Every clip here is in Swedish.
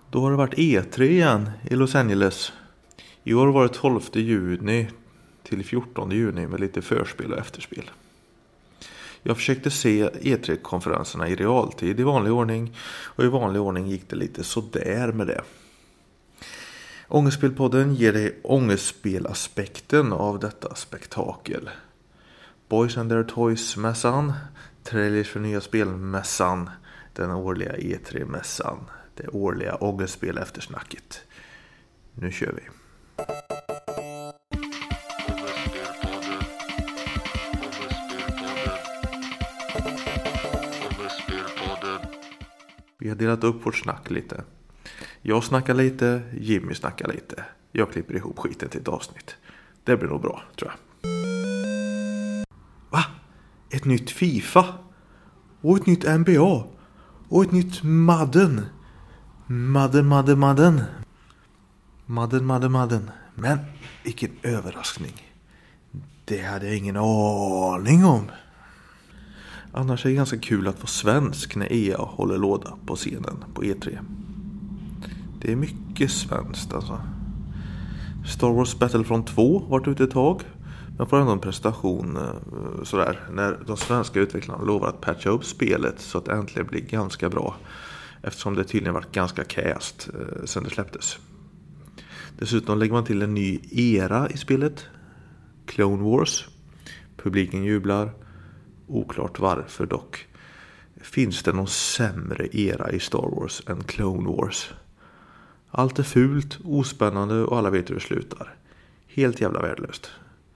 Då har det varit E3 igen i Los Angeles. I år var det 12 juni till 14 juni med lite förspel och efterspel. Jag försökte se E3-konferenserna i realtid i vanlig ordning, och i vanlig ordning gick det lite sådär med det. Ångestspelpodden ger dig ångestspelaspekten av detta spektakel. Boys and Their Toys-mässan, trailers för nya spelmässan, den årliga E3-mässan, det årliga ångestspel eftersnacket. Nu kör vi. Vi har delat upp vårt snack lite. Jag snackar lite, Jimmy snackar lite. Jag klipper ihop skiten till ett avsnitt. Det blir nog bra, tror jag. Va? Ett nytt FIFA? Och ett nytt NBA? Och ett nytt Madden? Madden. Men vilken överraskning. Det hade jag ingen aning om. Annars är det ganska kul att vara svensk när EA håller låda på scenen på E3. Det är mycket svenskt alltså. Star Wars Battlefront 2 har varit ute ett tag, men får ändå en prestation sådär när de svenska utvecklarna lovar att patcha upp spelet så att det äntligen blir ganska bra, eftersom det tydligen varit ganska cast sedan det släpptes. Dessutom lägger man till en ny era i spelet, Clone Wars. Publiken jublar. Oklart varför dock. Finns det någon sämre era i Star Wars än Clone Wars? Allt är fult, ospännande och alla vet hur det slutar. Helt jävla värdelöst.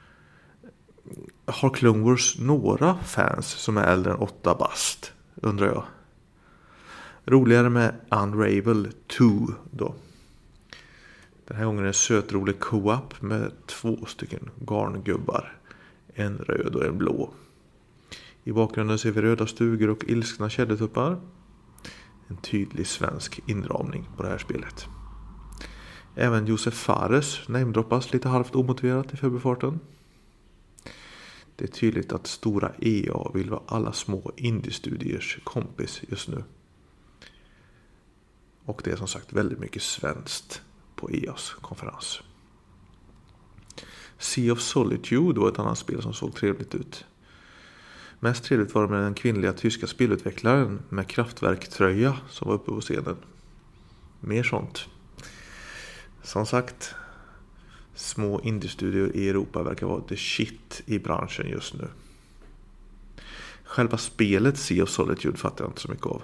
Har Clone Wars några fans som är äldre än 8 bast? Undrar jag. Roligare med Unravel 2 då. Den här gången är en sötrolig co-op med 2 stycken garngubbar. En röd och en blå. I bakgrunden ser vi röda stugor och ilskna kedjetuppar. En tydlig svensk inramning på det här spelet. Även Josef Fares namedroppas lite halvt omotiverat i förbifarten. Det är tydligt att stora EA vill vara alla små indie-studiers kompis just nu. Och det är som sagt väldigt mycket svenskt på EAs konferens. Sea of Solitude var ett annat spel som såg trevligt ut. Mest trevligt var det med den kvinnliga tyska spelutvecklaren med Kraftwerk-tröja som var uppe på scenen. Mer sånt. Som sagt, små indie-studior i Europa verkar vara the shit i branschen just nu. Själva spelet Sea of Solitude fattar jag inte så mycket av.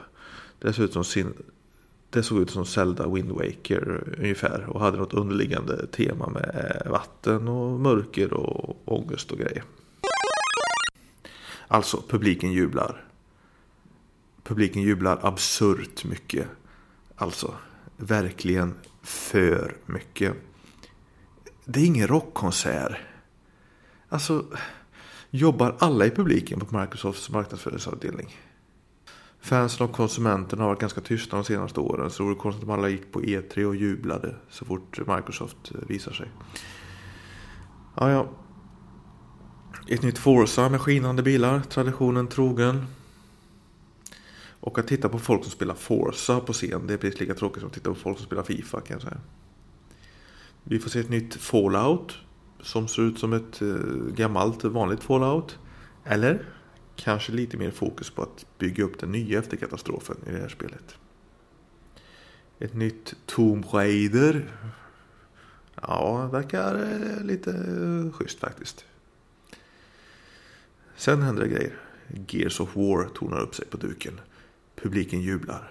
Det såg ut som Zelda Wind Waker ungefär och hade något underliggande tema med vatten och mörker och ångest och grejer. Alltså, publiken jublar. Publiken jublar absurt mycket. Alltså, verkligen för mycket. Det är ingen rockkonsert. Alltså, jobbar alla i publiken på Microsofts marknadsföringsavdelning? Fansen och konsumenterna har varit ganska tysta de senaste åren, så det är konstigt att alla gick på E3 och jublade så fort Microsoft visar sig. Ja. Ett nytt Forza med skinande bilar, traditionen trogen. Och att titta på folk som spelar Forza på scen, det blir lika tråkigt som att titta på folk som spelar FIFA, kan jag säga. Vi får se ett nytt Fallout som ser ut som ett gammalt vanligt Fallout. Eller kanske lite mer fokus på att bygga upp den nya efter katastrofen i det här spelet. Ett nytt Tomb Raider. Ja, det verkar lite schysst faktiskt. Sen händer det grejer. Gears of War tonar upp sig på duken. Publiken jublar.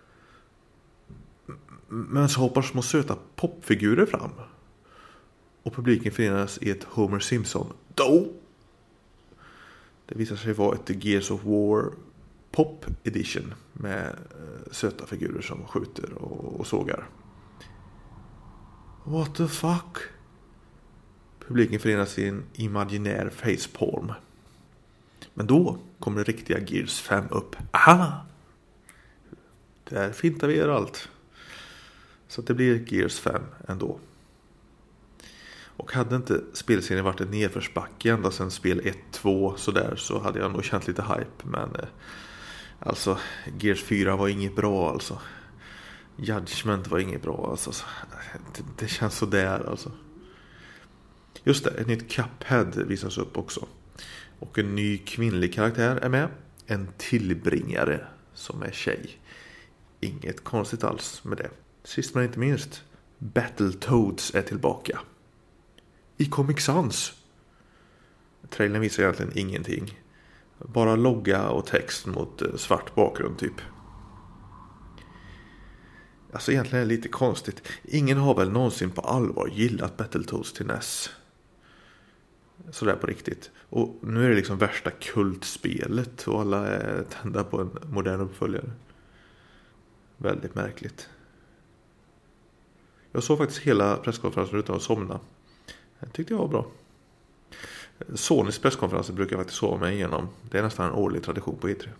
Men så hoppar små söta popfigurer fram. Och publiken förenas i ett Homer Simpson. Det visar sig vara ett Gears of War Pop Edition med söta figurer som skjuter och sågar. What the fuck? Publiken förenas i en imaginär facepalm. Men då kommer det riktiga Gears 5 upp. Aha! Där fintar vi allt. Så att det blir Gears 5 ändå. Och hade inte spelserien varit en nedförsbacke ända sedan spel 1-2 sådär, så hade jag nog känt lite hype. Men alltså, Gears 4 var inget bra alltså. Judgment var inget bra alltså. Det känns så där alltså. Just det, ett nytt Cuphead visas upp också. Och en ny kvinnlig karaktär är med. En tillbringare som är tjej. Inget konstigt alls med det. Sist men inte minst, Battletoads är tillbaka. I Comic Sans. Trailern visar egentligen ingenting. Bara logga och text mot svart bakgrund typ. Alltså egentligen är det lite konstigt. Ingen har väl någonsin på allvar gillat Battletoads till NES. Sådär på riktigt. Och nu är det liksom värsta kultspelet. Och alla är tända på en modern uppföljare. Väldigt märkligt. Jag såg faktiskt hela presskonferensen utan att somna. Det tyckte jag var bra. Sonys presskonferenser brukar jag faktiskt sova mig igenom. Det är nästan en årlig tradition på E3.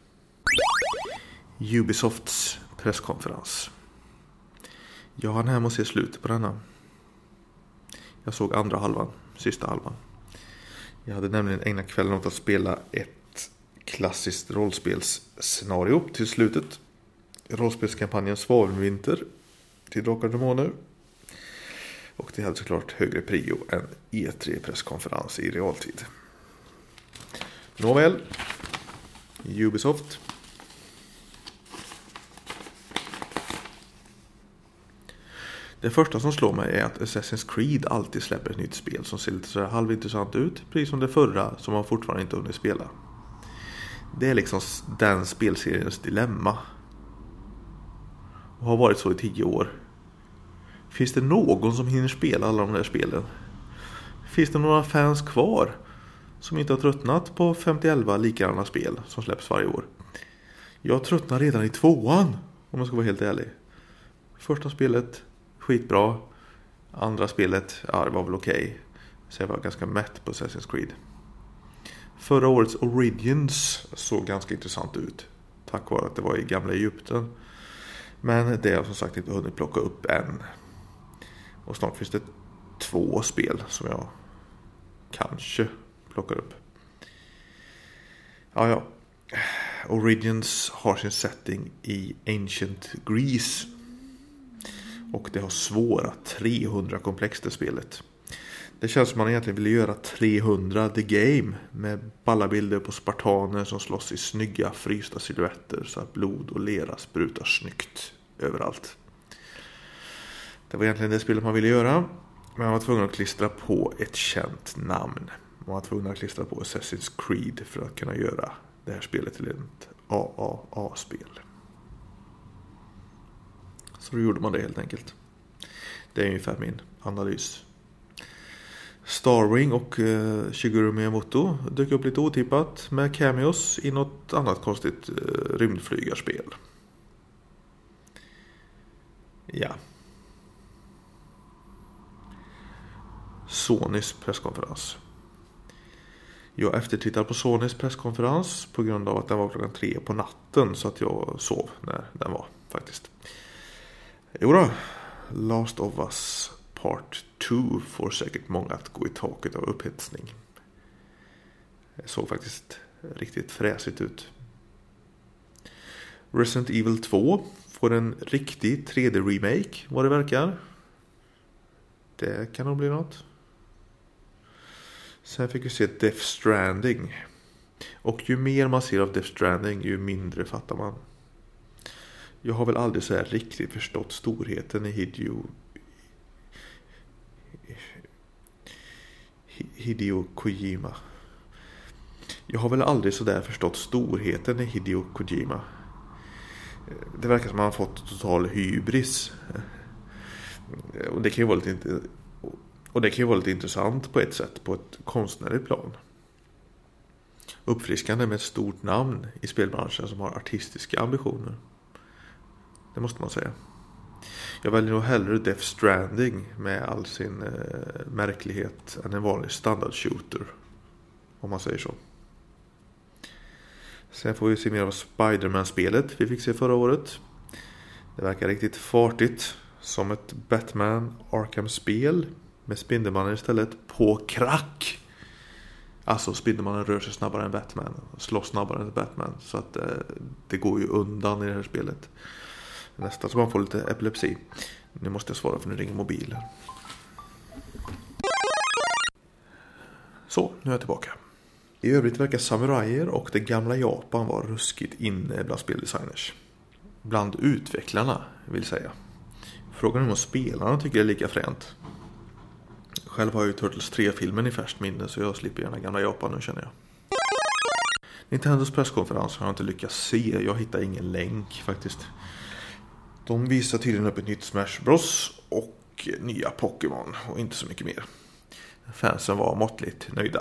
Ubisofts presskonferens. Jag hann hem och se slutet på denna. Jag såg andra halvan, sista halvan. Jag hade nämligen ägnat kvällen åt att spela ett klassiskt rollspelsscenario till slutet. Rollspelskampanjen Svavelvinter till Drakar och Demoner. Och det hade såklart högre prio än E3-presskonferens i realtid. Nåväl, Ubisoft. Det första som slår mig är att Assassin's Creed alltid släpper ett nytt spel som ser lite så här halvintressant ut, precis som det förra som man fortfarande inte hunnit spela. Det är liksom den spelseriens dilemma. Och har varit så i 10 år. Finns det någon som hinner spela alla de här spelen? Finns det några fans kvar som inte har tröttnat på 50-11 likadana spel som släpps varje år? Jag tröttnar redan i 2:an, om jag ska vara helt ärlig. Första spelet, skitbra. Andra spelet, ja, det var väl okej. Så jag var ganska mätt på Assassin's Creed. Förra årets Origins såg ganska intressant ut. Tack vare att det var i gamla Egypten. Men det har jag som sagt inte hunnit plocka upp än. Och snart finns det 2 spel som jag kanske plockar upp. Ja. Origins har sin setting i Ancient Greece. Och det har svåra 300 komplex det spelet. Det känns som man egentligen vill göra 300 The Game. Med ballabilder på spartaner som slåss i snygga frysta silhuetter. Så att blod och lera sprutar snyggt överallt. Det var egentligen det spelet man ville göra. Men man var tvungen att klistra på ett känt namn. Man var tvungen att klistra på Assassin's Creed för att kunna göra det här spelet till ett AAA-spel. Så då gjorde man det helt enkelt. Det är ungefär min analys. Starwing och Shigeru Miyamoto dök upp lite otippat med cameos i något annat konstigt rymdflygarspel. Ja. Sonys presskonferens. Jag eftertittar på Sonys presskonferens på grund av att den var klockan 3 på natten, så att jag sov när den var faktiskt. Jo då, Last of Us Part 2 får säkert många att gå i taket av upphetsning. Det såg faktiskt riktigt fräsigt ut. Resident Evil 2 får en riktig 3D-remake, vad det verkar. Det kan nog bli något. Sen fick vi se Death Stranding. Och ju mer man ser av Death Stranding, ju mindre fattar man. Jag har väl aldrig så här riktigt förstått storheten i Hideo Kojima. Jag har väl aldrig så där förstått storheten i Hideo Kojima. Det verkar som att han har fått total hybris. Och det kan ju vara lite intressant på ett sätt, på ett konstnärligt plan. Uppfriskande med ett stort namn i spelbranschen som har artistiska ambitioner. Det måste man säga. Jag väljer nog hellre Death Stranding med all sin märklighet än en vanlig standard shooter, om man säger så. Sen får vi se mer av Spider-Man-spelet vi fick se förra året. Det verkar riktigt fartigt, som ett Batman Arkham-spel med Spindelmannen istället på crack. Alltså Spindelmannen rör sig snabbare än Batman, slåss snabbare än Batman, så att det går ju undan i det här spelet. Nästan så man får lite epilepsi. Nu måste jag svara för nu ringer mobilen. Så, nu är jag tillbaka. I övrigt verkar samurajer och det gamla Japan vara ruskigt inne bland speldesigners. Bland utvecklarna, vill säga. Frågan är om spelarna tycker det är lika fränt. Själv har jag ju Turtles 3-filmen i färskt minne, så jag slipper gärna gamla Japan nu, känner jag. Nintendos presskonferens har jag inte lyckats se. Jag hittar ingen länk faktiskt. De visar tydligen upp ett nytt Smash Bros och nya Pokémon och inte så mycket mer. Fansen var måttligt nöjda.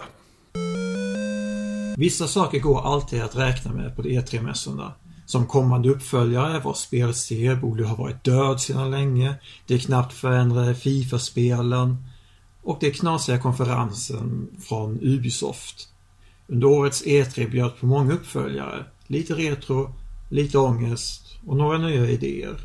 Vissa saker går alltid att räkna med på de E3-mässorna. Som kommande uppföljare var spelserie borde ha varit död sedan länge. Det knappt förändrade FIFA-spelen. Och det knasiga konferensen från Ubisoft. Under årets E3 bjöd på många uppföljare. Lite retro, lite ångest och några nya idéer.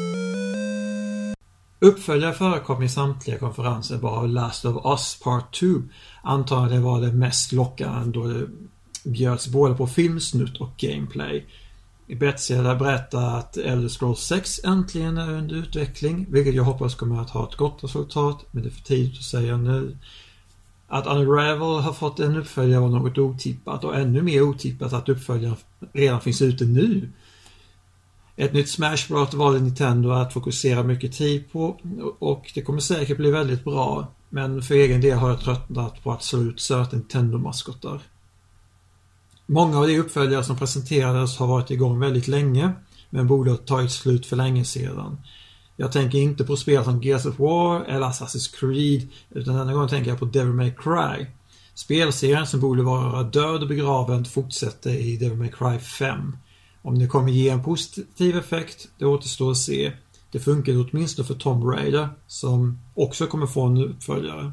Uppföljare förekom i samtliga konferenser, bara Last of Us Part 2 antar det var det mest lockande då det bjöds både på filmsnutt och gameplay. Bethesda berättar att Elder Scrolls 6 äntligen är under utveckling, vilket jag hoppas kommer att ha ett gott resultat, men det är för tidigt att säga nu. Att Unravel har fått en uppföljare var något otippat, och ännu mer otippat att uppföljaren redan finns ute nu. Ett nytt Smash Bros valde Nintendo att fokusera mycket tid på, och det kommer säkert bli väldigt bra, men för egen del har jag tröttnat på att slå ut söta Nintendo-maskottar. Många av de uppföljare som presenterades har varit igång väldigt länge, men borde ha tagit slut för länge sedan. Jag tänker inte på spel som Gears of War eller Assassin's Creed, utan denna gång tänker jag på Devil May Cry. Spelserien som borde vara död och begraven fortsätter i Devil May Cry 5. Om det kommer ge en positiv effekt, det återstår att se. Det funkar åtminstone för Tomb Raider, som också kommer få en uppföljare.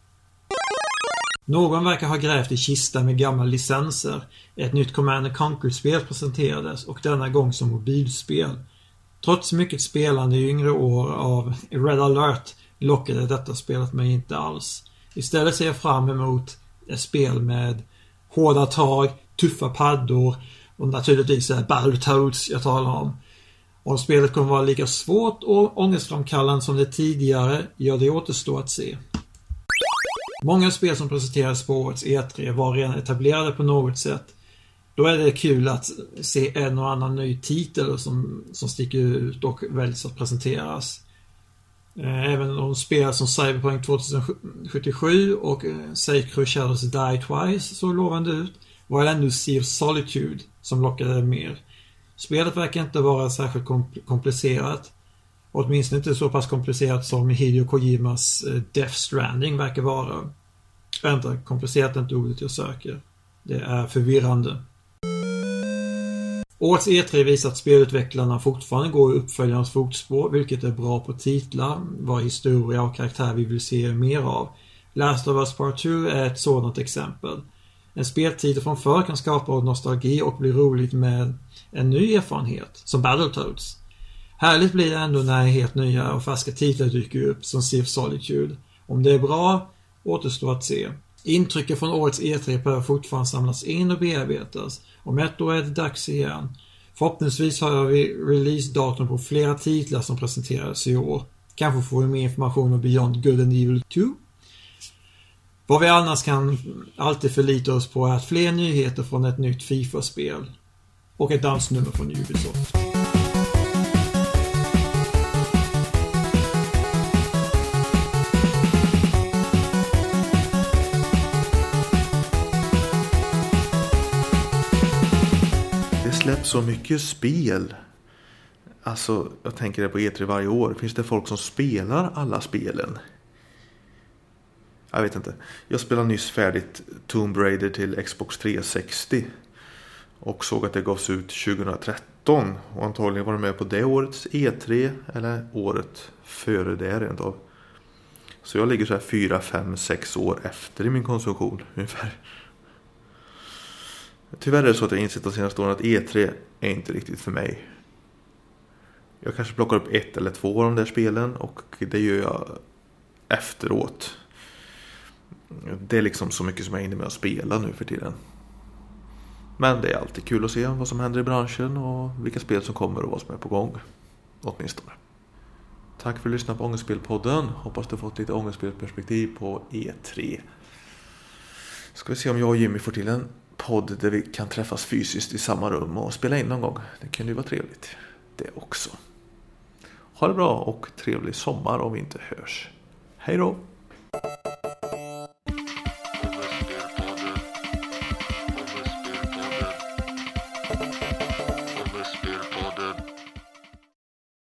Någon verkar ha grävt i kistan med gamla licenser. Ett nytt Command & Conquer-spel presenterades, och denna gång som mobilspel. Trots mycket spelande i yngre år av Red Alert lockade detta spelet mig inte alls. Istället ser jag fram emot ett spel med hårda tag, tuffa paddor och naturligtvis Battletoads jag talar om. Om spelet kommer vara lika svårt och ångestframkallande som det tidigare, ja, det återstår att se. Många spel som presenterades på årets E3 var redan etablerade på något sätt. Då är det kul att se en och annan ny titel som sticker ut och väljs att presenteras. Även de spel som Cyberpunk 2077 och Sekiro Shadows Die Twice såg lovande ut, var det ändå Sea of Solitude som lockade mer. Spelet verkar inte vara särskilt komplicerat. Åtminstone inte så pass komplicerat som Hideo Kojimas Death Stranding verkar vara. Vänta, komplicerat är inte ordet jag söker. Det är förvirrande. Årets E3 visar att spelutvecklarna fortfarande går i uppföljarens fotspår, vilket är bra på titlar, vad historia och karaktär vi vill se mer av. Last of Us Part 2 är ett sådant exempel. En speltitel från förr kan skapa nostalgi och bli roligt med en ny erfarenhet, som Battletoads. Härligt blir det ändå när helt nya och färska titlar dyker upp, som Sea of Solitude. Om det är bra, återstår att se. Intrycket från årets E3 behöver fortfarande samlas in och bearbetas. Om ett år är det dags igen. Förhoppningsvis har vi releasedatum på flera titlar som presenteras i år. Kanske får vi mer information om Beyond Good and Evil 2. Vad vi annars kan alltid förlita oss på är att fler nyheter från ett nytt FIFA-spel. Och ett dansnummer från Ubisoft. Släpps så mycket spel. Alltså, jag tänker det på E3 varje år. Finns det folk som spelar alla spelen? Jag vet inte. Jag spelade nyss färdigt Tomb Raider till Xbox 360. Och såg att det gavs ut 2013. Och antagligen var det med på det årets E3. Eller året före det rent av. Så jag ligger så här 4, 5, 6 år efter i min konsumtion ungefär. Tyvärr är det så att jag insett de senaste åren att E3 är inte riktigt för mig. Jag kanske plockar upp 1 eller 2 av de där spelen, och det gör jag efteråt. Det är liksom så mycket som jag är inne med att spela nu för tiden. Men det är alltid kul att se vad som händer i branschen och vilka spel som kommer och vad som är på gång. åtminstone. Tack för att lyssna på Ångestspelpodden. Hoppas du fått lite ångestspelperspektiv på E3. Ska vi se om jag och Jimmy får till en podd där vi kan träffas fysiskt i samma rum och spela in någon gång. Det kan ju vara trevligt det också. Ha det bra och trevlig sommar om vi inte hörs. Hej då!